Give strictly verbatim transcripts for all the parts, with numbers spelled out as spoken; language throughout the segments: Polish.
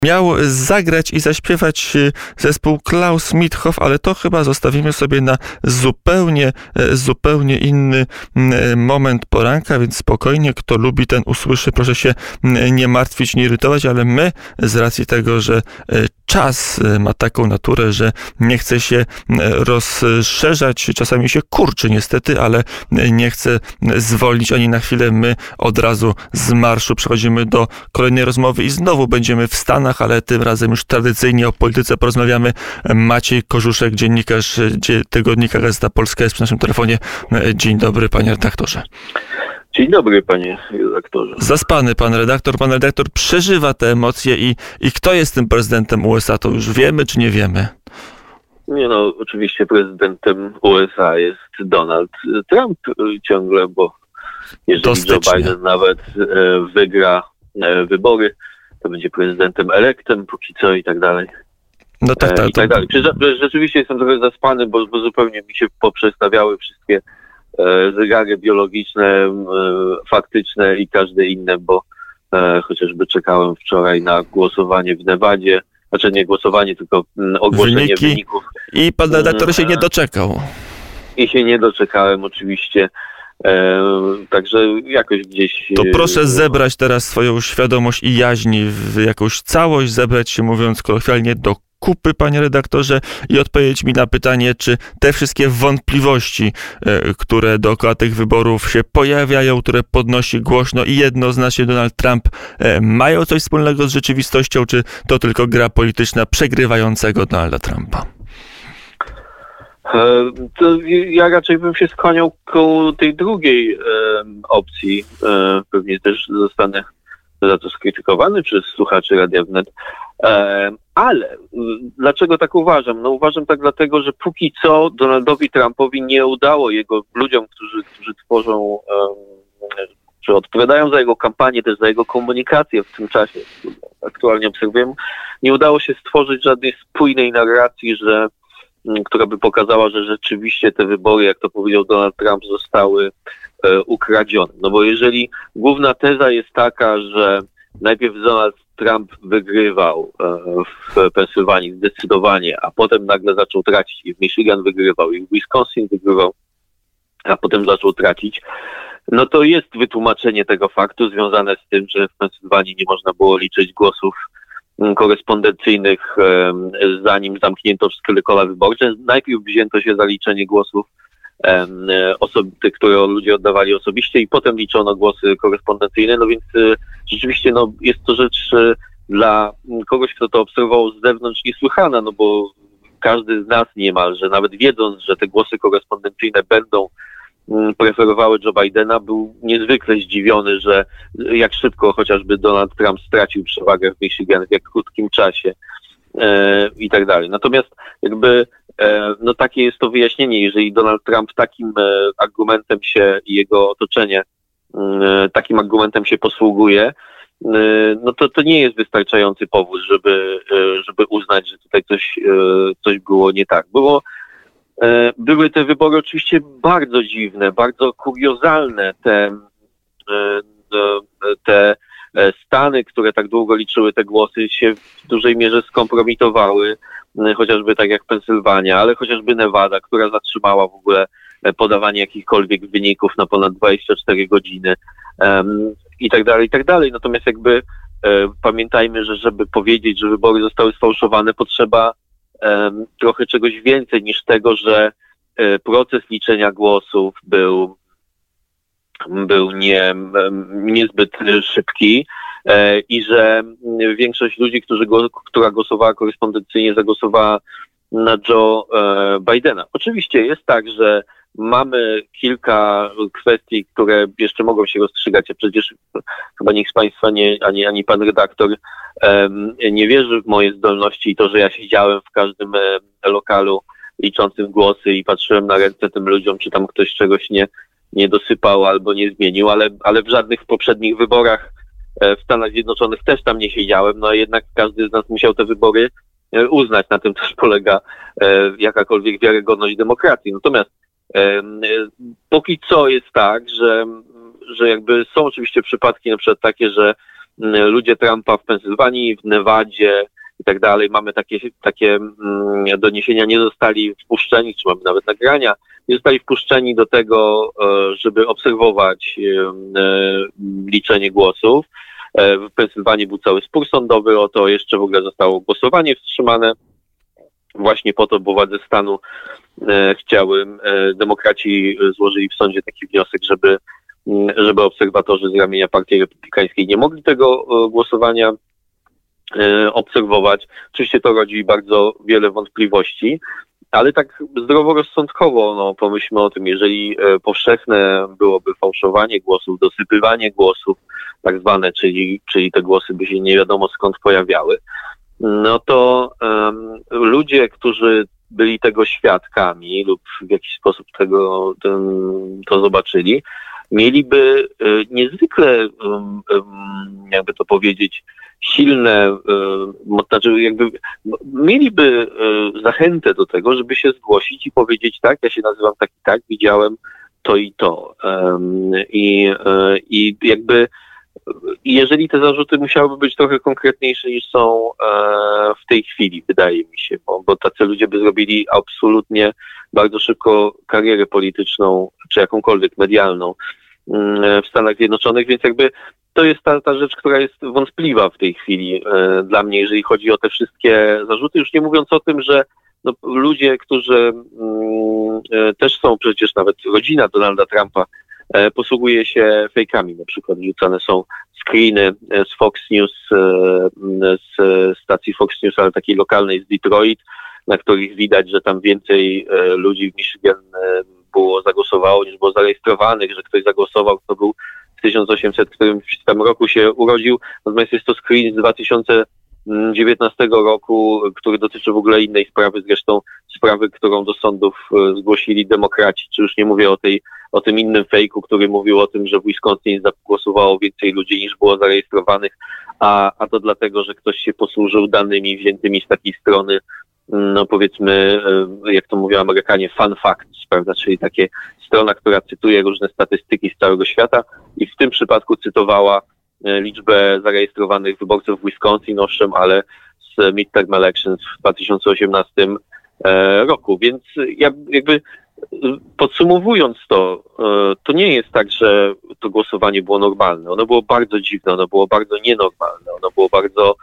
Miał zagrać i zaśpiewać zespół Klaus Mithoff, ale to chyba zostawimy sobie na zupełnie, zupełnie inny moment poranka, więc spokojnie, kto lubi, ten usłyszy. Proszę się nie martwić, nie irytować, ale my z racji tego, że czas ma taką naturę, że nie chce się rozszerzać, czasami się kurczy niestety, ale nie chce zwolnić ani na chwilę. My od razu z marszu przechodzimy do kolejnej rozmowy i znowu będziemy w Stanach, ale tym razem już tradycyjnie o polityce porozmawiamy. Maciej Korzuszek, dziennikarz tygodnika Gazeta Polska, jest przy naszym telefonie. Dzień dobry, panie redaktorze. Dzień dobry, panie redaktorze. Zaspany pan redaktor. Pan redaktor przeżywa te emocje i, i kto jest tym prezydentem U S A, to już wiemy, czy nie wiemy? Nie no, oczywiście prezydentem U S A jest Donald Trump ciągle, bo jeżeli Joe Biden nawet e, wygra e, wybory, to będzie prezydentem elektem póki co i tak dalej. No tak, tak. E, i tak dalej. Czy, rzeczywiście jestem trochę zaspany, bo, bo zupełnie mi się poprzestawiały wszystkie e, zegary biologiczne, e, faktyczne i każde inne, bo e, chociażby czekałem wczoraj na głosowanie w Nevadzie, znaczy nie głosowanie, tylko m, ogłoszenie Wyniki. wyników. I pan redaktor się nie doczekał. I się nie doczekałem oczywiście. E, także jakoś gdzieś... To proszę zebrać teraz swoją świadomość i jaźń w jakąś całość, zebrać się, mówiąc kolokwialnie, do kupy, panie redaktorze, i odpowiedzieć mi na pytanie, czy te wszystkie wątpliwości, e, które dookoła tych wyborów się pojawiają, które podnosi głośno i jednoznacznie Donald Trump, e, mają coś wspólnego z rzeczywistością, czy to tylko gra polityczna przegrywającego Donalda Trumpa? To ja raczej bym się skłaniał ku tej drugiej e, opcji. E, pewnie też zostanę za to skrytykowany przez słuchaczy Radia Wnet. E, ale dlaczego tak uważam? No uważam tak dlatego, że póki co Donaldowi Trumpowi nie udało, jego ludziom, którzy, którzy tworzą, e, czy odpowiadają za jego kampanię, też za jego komunikację w tym czasie, aktualnie obserwujemy, nie udało się stworzyć żadnej spójnej narracji, że która by pokazała, że rzeczywiście te wybory, jak to powiedział Donald Trump, zostały e, ukradzione. No bo jeżeli główna teza jest taka, że najpierw Donald Trump wygrywał e, w Pensylwanii zdecydowanie, a potem nagle zaczął tracić i w Michigan wygrywał i w Wisconsin wygrywał, a potem zaczął tracić, no to jest wytłumaczenie tego faktu związane z tym, że w Pensylwanii nie można było liczyć głosów korespondencyjnych, zanim zamknięto wszystkie koła wyborcze. Najpierw wzięto się za liczenie głosów, osoby, które ludzie oddawali osobiście, i potem liczono głosy korespondencyjne. No więc rzeczywiście no, jest to rzecz dla kogoś, kto to obserwował z zewnątrz, niesłychana, no bo każdy z nas niemalże, nawet wiedząc, że te głosy korespondencyjne będą preferowały Joe Bidena, był niezwykle zdziwiony, że jak szybko chociażby Donald Trump stracił przewagę w Michigan, w jak krótkim czasie e, i tak dalej. Natomiast jakby e, no takie jest to wyjaśnienie, jeżeli Donald Trump takim e, argumentem się i jego otoczenie e, takim argumentem się posługuje, e, no to to nie jest wystarczający powód, żeby, e, żeby uznać, że tutaj coś, e, coś było nie tak. Było Były te wybory oczywiście bardzo dziwne, bardzo kuriozalne. Te, te stany, które tak długo liczyły te głosy, się w dużej mierze skompromitowały, chociażby tak jak Pensylwania, ale chociażby Nevada, która zatrzymała w ogóle podawanie jakichkolwiek wyników na ponad dwadzieścia cztery godziny i tak dalej, i tak dalej. Natomiast jakby pamiętajmy, że żeby powiedzieć, że wybory zostały sfałszowane, potrzeba trochę czegoś więcej niż tego, że proces liczenia głosów był, był nie, niezbyt szybki i że większość ludzi, którzy, która głosowała korespondencyjnie, zagłosowała na Joe Bidena. Oczywiście jest tak, że mamy kilka kwestii, które jeszcze mogą się rozstrzygać, a przecież chyba nikt z Państwa, nie, ani, ani pan redaktor um, nie wierzy w moje zdolności i to, że ja siedziałem w każdym um, lokalu liczącym głosy i patrzyłem na ręce tym ludziom, czy tam ktoś czegoś nie, nie dosypał albo nie zmienił, ale, ale w żadnych poprzednich wyborach e, w Stanach Zjednoczonych też tam nie siedziałem, no jednak każdy z nas musiał te wybory e, uznać. Na tym też polega e, jakakolwiek wiarygodność demokracji. Natomiast póki co jest tak, że, że jakby są oczywiście przypadki na przykład takie, że ludzie Trumpa w Pensylwanii, w Nevadzie i tak dalej. Mamy takie, takie doniesienia, nie zostali wpuszczeni, czy mamy nawet nagrania, nie zostali wpuszczeni do tego, żeby obserwować liczenie głosów. W Pensylwanii był cały spór sądowy o to, jeszcze w ogóle zostało głosowanie wstrzymane właśnie po to, bo władze stanu chciały, demokraci złożyli w sądzie taki wniosek, żeby, żeby obserwatorzy z ramienia Partii Republikańskiej nie mogli tego głosowania obserwować. Oczywiście to rodzi bardzo wiele wątpliwości, ale tak zdroworozsądkowo, no, pomyślmy o tym, jeżeli powszechne byłoby fałszowanie głosów, dosypywanie głosów, tak zwane, czyli, czyli te głosy by się nie wiadomo skąd pojawiały, no to um, ludzie, którzy byli tego świadkami lub w jakiś sposób tego ten, to zobaczyli, mieliby y, niezwykle, y, y, jakby to powiedzieć, silne, y, znaczy jakby mieliby y, zachętę do tego, żeby się zgłosić i powiedzieć tak, ja się nazywam tak i tak, widziałem to i to. Um, i, y, I jakby jeżeli te zarzuty musiałyby być trochę konkretniejsze niż są e, w tej chwili, wydaje mi się, bo, bo tacy ludzie by zrobili absolutnie bardzo szybko karierę polityczną, czy jakąkolwiek medialną e, w Stanach Zjednoczonych, więc jakby to jest ta, ta rzecz, która jest wątpliwa w tej chwili e, dla mnie, jeżeli chodzi o te wszystkie zarzuty, już nie mówiąc o tym, że no, ludzie, którzy mm, e, też są przecież nawet rodzina Donalda Trumpa, posługuje się fejkami, na przykład wrzucane są screeny z Fox News, z stacji Fox News, ale takiej lokalnej z Detroit, na których widać, że tam więcej ludzi w Michigan było zagłosowało niż było zarejestrowanych, że ktoś zagłosował, kto był w tysiąc osiemset którymś tam roku się urodził, natomiast jest to screen z dwa tysiące dziewiętnastego roku, który dotyczy w ogóle innej sprawy, zresztą sprawy, którą do sądów zgłosili demokraci, czy już nie mówię o tej, o tym innym fejku, który mówił o tym, że w Wisconsin zagłosowało więcej ludzi niż było zarejestrowanych, a, a to dlatego, że ktoś się posłużył danymi wziętymi z takiej strony, no powiedzmy, jak to mówią Amerykanie, fun facts, prawda, czyli takie strona, która cytuje różne statystyki z całego świata i w tym przypadku cytowała liczbę zarejestrowanych wyborców w Wisconsin, owszem, ale z midterm elections w dwa tysiące osiemnastym roku. Więc ja jakby podsumowując to, to nie jest tak, że to głosowanie było normalne. Ono było bardzo dziwne, ono było bardzo nienormalne, ono było bardzo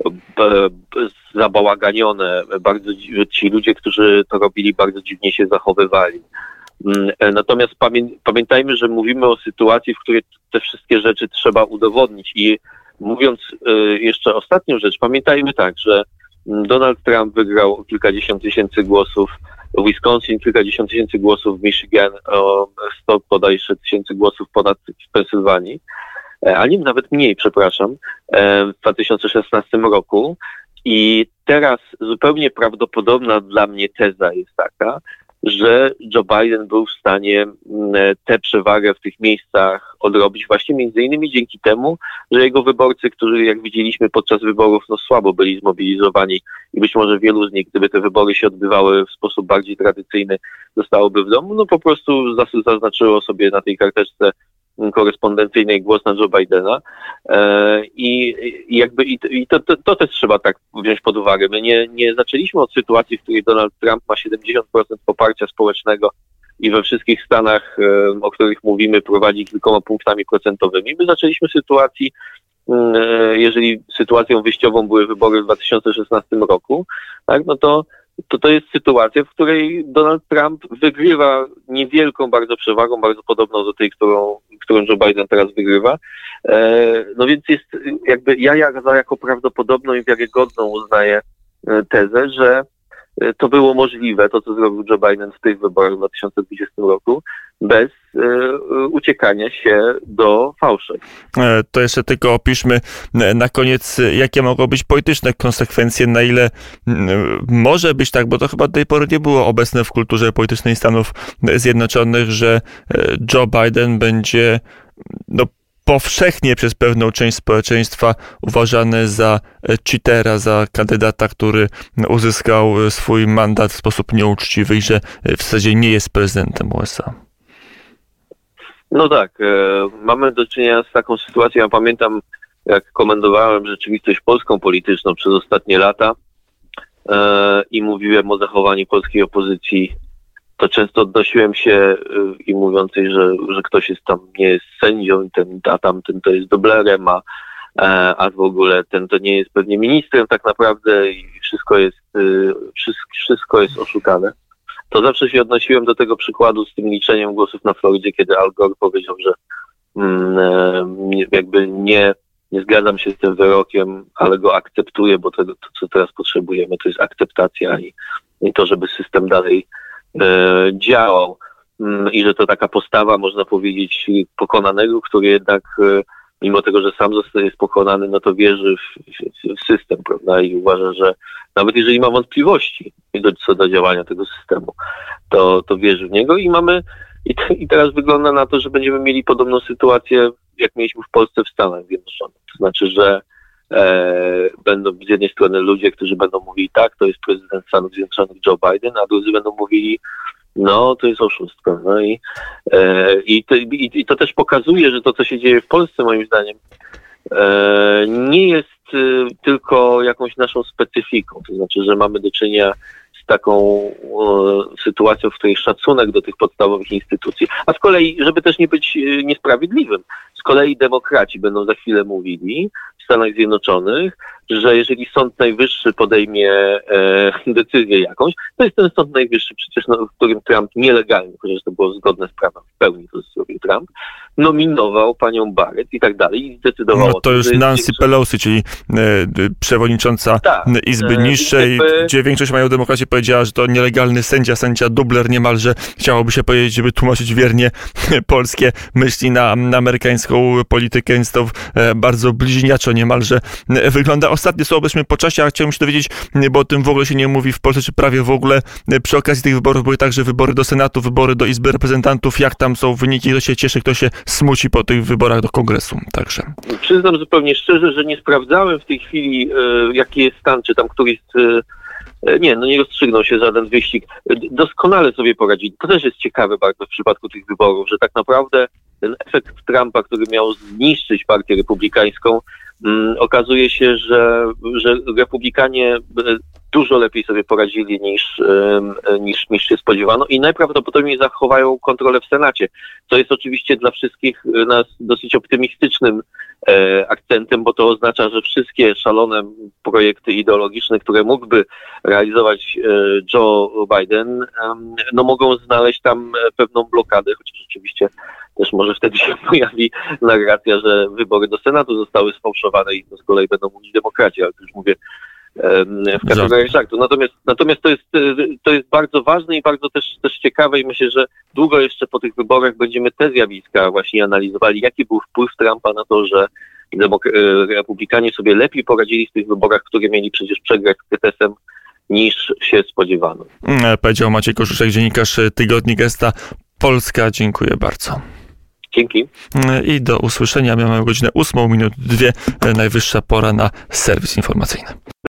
zabałaganione. Bardzo, ci ludzie, którzy to robili, bardzo dziwnie się zachowywali. Natomiast pamię pamiętajmy, że mówimy o sytuacji, w której te wszystkie rzeczy trzeba udowodnić i mówiąc y, jeszcze ostatnią rzecz, pamiętajmy tak, że Donald Trump wygrał o kilkadziesiąt tysięcy głosów w Wisconsin, kilkadziesiąt tysięcy głosów w Michigan, o sto bodajże tysięcy głosów ponad w Pensylwanii, a nie, nawet mniej, przepraszam, w dwa tysiące szesnastym roku. I teraz zupełnie prawdopodobna dla mnie teza jest taka, że Joe Biden był w stanie tę przewagę w tych miejscach odrobić właśnie między innymi dzięki temu, że jego wyborcy, którzy jak widzieliśmy podczas wyborów no słabo byli zmobilizowani i być może wielu z nich, gdyby te wybory się odbywały w sposób bardziej tradycyjny, zostałoby w domu, no po prostu zaznaczyło sobie na tej karteczce korespondencyjnej głos na Joe Bidena i, i jakby i, i to, to, to też trzeba tak wziąć pod uwagę. My nie, nie zaczęliśmy od sytuacji, w której Donald Trump ma siedemdziesiąt procent poparcia społecznego i we wszystkich stanach, o których mówimy, prowadzi kilkoma punktami procentowymi. My zaczęliśmy sytuacji, jeżeli sytuacją wyjściową były wybory w dwa tysiące szesnastym roku, tak, no to to to jest sytuacja, w której Donald Trump wygrywa niewielką bardzo przewagą, bardzo podobną do tej, którą, którą Joe Biden teraz wygrywa. E, no więc jest jakby, ja jako prawdopodobną i wiarygodną uznaję tezę, że to było możliwe, to co zrobił Joe Biden w tych wyborach w dwa tysiące dwudziestym roku, bez e, uciekania się do fałszek. To jeszcze tylko opiszmy na koniec, jakie mogą być polityczne konsekwencje, na ile może być tak, bo to chyba do tej pory nie było obecne w kulturze politycznej Stanów Zjednoczonych, że Joe Biden będzie no, powszechnie przez pewną część społeczeństwa uważany za cheatera, za kandydata, który uzyskał swój mandat w sposób nieuczciwy i że w zasadzie nie jest prezydentem U S A. No tak, e, mamy do czynienia z taką sytuacją. Ja pamiętam jak komentowałem rzeczywistość polską polityczną przez ostatnie lata e, i mówiłem o zachowaniu polskiej opozycji, to często odnosiłem się e, i mówiącej, że, że ktoś jest tam, nie jest sędzią, ten, a tamten to jest dublerem, a, e, a w ogóle ten to nie jest pewnie ministrem tak naprawdę i wszystko jest, e, wszystko, wszystko jest oszukane. To zawsze się odnosiłem do tego przykładu z tym liczeniem głosów na Florydzie, kiedy Al Gore powiedział, że mm, e, jakby nie Nie zgadzam się z tym wyrokiem, ale go akceptuję, bo to, to co teraz potrzebujemy, to jest akceptacja i, i to, żeby system dalej e, działał. Mm, I że to taka postawa, można powiedzieć, pokonanego, który jednak, e, mimo tego, że sam zostaje pokonany, no to wierzy w, w, w system, prawda? I uważa, że nawet jeżeli ma wątpliwości do, co do działania tego systemu, to, to wierzy w niego i mamy i, te, i teraz wygląda na to, że będziemy mieli podobną sytuację, jak mieliśmy w Polsce w Stanach Zjednoczonych. To znaczy, że e, będą z jednej strony ludzie, którzy będą mówili tak, to jest prezydent Stanów Zjednoczonych Joe Biden, a drudzy będą mówili no, to jest oszust, prawda? I, e, i, to, i, I to też pokazuje, że to, co się dzieje w Polsce, moim zdaniem, e, nie jest e, tylko jakąś naszą specyfiką. To znaczy, że mamy do czynienia z taką e, sytuacją, w której szacunek do tych podstawowych instytucji, a z kolei, żeby też nie być e, niesprawiedliwym, z kolei demokraci będą za chwilę mówili w Stanach Zjednoczonych, że jeżeli Sąd Najwyższy podejmie e, decyzję jakąś, to jest ten Sąd Najwyższy przecież, no, w którym Trump nielegalnie, chociaż to było zgodne z prawem, w pełni to zrobił Trump, nominował panią Barrett i tak dalej i zdecydował. No to już tym, Nancy jest... Pelosi, czyli e, przewodnicząca tak, Izby Niższej, jakby... gdzie większość mają demokracji powiedziała, że to nielegalny sędzia, sędzia dubler niemalże, chciałoby się powiedzieć, żeby tłumaczyć wiernie polskie myśli na, na amerykańską politykę, więc to e, bardzo bliźniaczo niemalże e, wygląda. Ostatnie słowo byśmy po czasie, a chciałbym się dowiedzieć, bo o tym w ogóle się nie mówi w Polsce, czy prawie w ogóle. Przy okazji tych wyborów były także wybory do Senatu, wybory do Izby Reprezentantów. Jak tam są wyniki? Kto się cieszy, kto się smuci po tych wyborach do Kongresu? Także. Przyznam zupełnie szczerze, że nie sprawdzałem w tej chwili, e, jaki jest stan, czy tam któryś z... E, nie, no nie rozstrzygnął się żaden wyścig. Doskonale sobie poradzili. To też jest ciekawe bardzo w przypadku tych wyborów, że tak naprawdę ten efekt Trumpa, który miał zniszczyć partię republikańską, um, okazuje się, że, że republikanie dużo lepiej sobie poradzili niż, um, niż, niż się spodziewano i najprawdopodobniej zachowają kontrolę w Senacie, co jest oczywiście dla wszystkich nas dosyć optymistycznym e, akcentem, bo to oznacza, że wszystkie szalone projekty ideologiczne, które mógłby realizować e, Joe Biden, e, no mogą znaleźć tam pewną blokadę, chociaż oczywiście też może wtedy się pojawi narracja, że wybory do Senatu zostały sfałszowane i to z kolei będą mówić demokraci, ale to już mówię w kategoriach żartu. Natomiast, natomiast to jest, to jest bardzo ważne i bardzo też, też ciekawe i myślę, że długo jeszcze po tych wyborach będziemy te zjawiska właśnie analizowali, jaki był wpływ Trumpa na to, że demok- republikanie sobie lepiej poradzili w tych wyborach, które mieli przecież przegrać z Kretesem, niż się spodziewano. Powiedział Maciej Koszuszek, dziennikarz Tygodnik Gesta Polska. Dziękuję bardzo. Dzięki. I do usłyszenia. Mamy godzinę ósmą minut dwie. Najwyższa pora na serwis informacyjny.